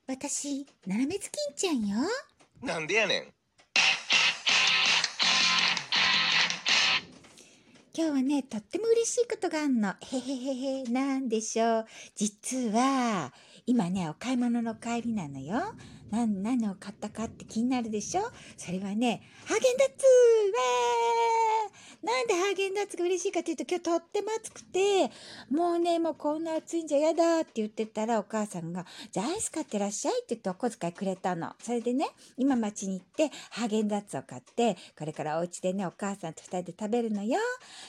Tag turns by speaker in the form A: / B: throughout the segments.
A: 私、ななめずきんちゃんよ。
B: なんでやねん。
A: 今日はね、とっても嬉しいことがあんの。へへへへ、なんでしょう。実は、今ね、お買い物の帰りなのよ。何を買ったかって気になるでしょ。それはね、ハーゲンダッツ。なんでハーゲンダッツが嬉しいかっていうと、今日とっても暑くて、もうこんな暑いんじゃやだって言ってたら、お母さんが、じゃあアイス買ってらっしゃいって言ってお小遣いくれたの。それでね、今町に行ってハーゲンダッツを買って、これからお家でね、お母さんと二人で食べるのよ。ラーララララ、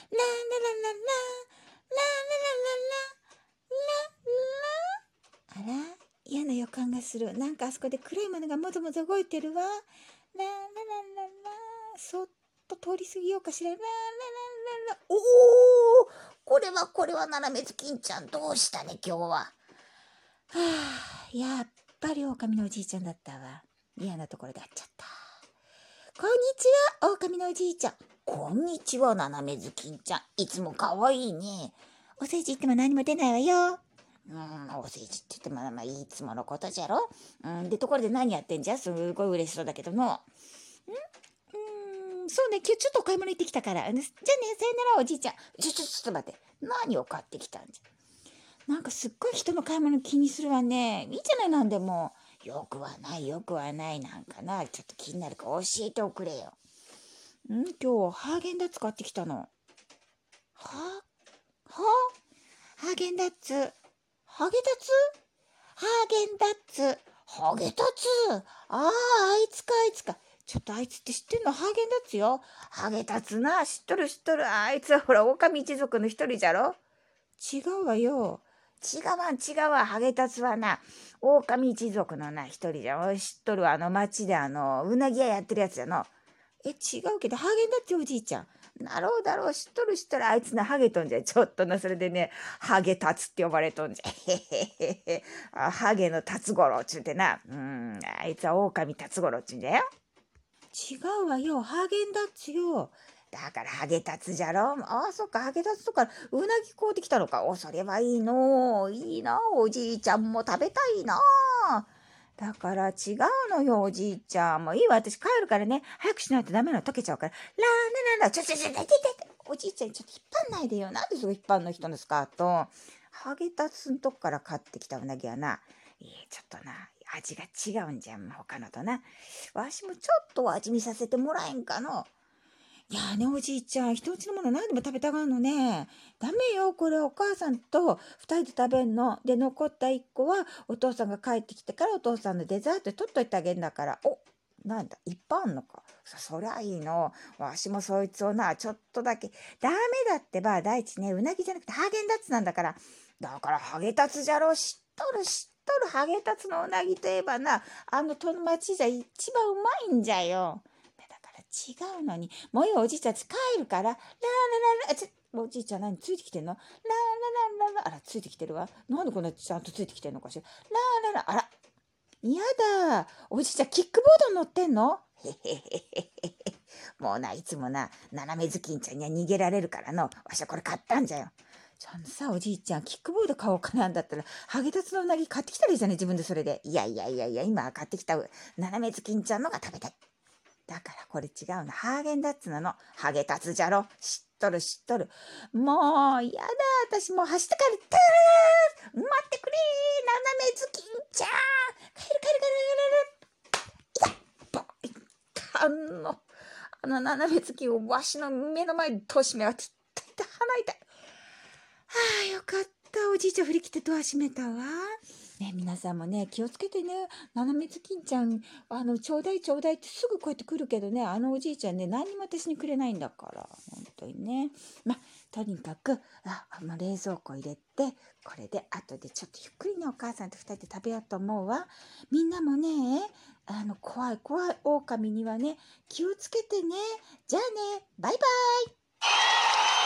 A: ラーララララ、ララララ。あら、嫌な予感がする。なんかあそこで黒いものがもぞもぞ動いてるわ。ラーララララ、そっと通り過ぎようかしら。ラーララララ。おお、これはななめずきんちゃん、どうしたね今日は。はあ、やっぱり狼のおじいちゃんだったわ。嫌なところで会っちゃった。こんにちは、狼のおじいちゃん。こんにちは、ななめずきんちゃん。いつもかわいいね。お世辞言っても何も出ないわよ。お世辞って言っても、いつものことじゃろ。で、ところで何やってんじゃ。すごい嬉しそうだけどの。そうね、今日ちょっとお買い物行ってきたから。じゃあね、さよならおじいちゃん。ちょっと待って。何を買ってきたんじゃ。なんかすっごい人の買い物気にするわね。いいじゃない、なんでも。よくはない。なんかな。ちょっと気になるから教えておくれよ。今日ハーゲンダッツ買ってきたの。はハーゲンダッツ。ハゲタツハーゲンダッツ。ハゲタツ。あいつか。ちょっとあいつって知ってんの？ハーゲンダッツよ。ハゲタツな。知っとる。あいつはほら、狼一族の一人じゃろ。違うわよ。違うわ。ハゲタツはな、狼一族のな、一人じゃ。知っとるわ。町でうなぎ屋やってるやつじゃの。違うけど、ハーゲンダッツおじいちゃん。だろう、知っとる。あいつな、ハゲとんじゃ。ちょっとな、それでね、ハゲタツって呼ばれとんじゃ。ハゲのタツゴロっちゅうてな。あいつは狼タツゴロっちゅうんじゃよ。違うわよ、ハーゲンダッツよ。だからハゲタツじゃろ。そっか、ハゲタツとかうなぎ買うてきたのか。それはいいの。いいな、おじいちゃんも食べたいな。だから違うのよ、おじいちゃん。もういいわ、私帰るからね。早くしないとダメなの、溶けちゃうから。ちょ、おじいちゃん、ちょっと引っ張んないでよ。なんですぐ引っ張んの、人のスカート。ハゲタツんとこから買ってきたうなぎはな、ちょっとな、味が違うんじゃん、他のとな。わしもちょっと味見させてもらえんかの。いやね、おじいちゃん、人んちのもの何でも食べたがんのね。ダメよ、これお母さんと二人で食べんの。で、残った一個はお父さんが帰ってきてからお父さんのデザートで取っといてあげんだから。なんだ、いっぱいあんのか。そりゃいいの。わしもそいつをな、ちょっとだけ。ダメだってば、第一ね、うなぎじゃなくてハーゲンダッツなんだから。だからハゲタツじゃろ。知っとる。ハゲタツのうなぎといえばな、友町じゃ一番うまいんじゃよ。違うのに。もういいおじいちゃん、帰るから。ラーラララ。おじいちゃん何ついてきてんの？ラーララララ。あら、ついてきてるわ。なんでこんなちゃんとついてきてんのかしら。ラーララ。あら。やだ。おじいちゃん、キックボード乗ってんの？へへへへへ。もうな、いつもな、斜めずきんちゃんには逃げられるからの。わしはこれ買ったんじゃよ。ちゃんとさ、おじいちゃん、キックボード買おうかなんだったら、ハゲタツのうなぎ買ってきたらいいじゃない、自分でそれで。いや、今買ってきた斜めずきんちゃんのが食べたい。だからこれ違うの。ハーゲンダッツなの。ハゲタツじゃろ。知っとる。もう、やだ。私もう走って帰る。待ってくれー。斜めずきんちゃん。帰る。いた。斜めずきをわしの目の前で戸閉めは鼻痛い。よかった。おじいちゃん振り切ってドア閉めたわ。ね、皆さんもね、気をつけてね。斜めずきんちゃん、ちょうだいってすぐこうやって来るけどね、おじいちゃんね、何にも私にくれないんだから、本当にね。とにかく、冷蔵庫入れて、これで後でちょっとゆっくりね、お母さんと二人で食べようと思うわ。みんなもね、怖い狼にはね、気をつけてね。じゃあね、バイバイ。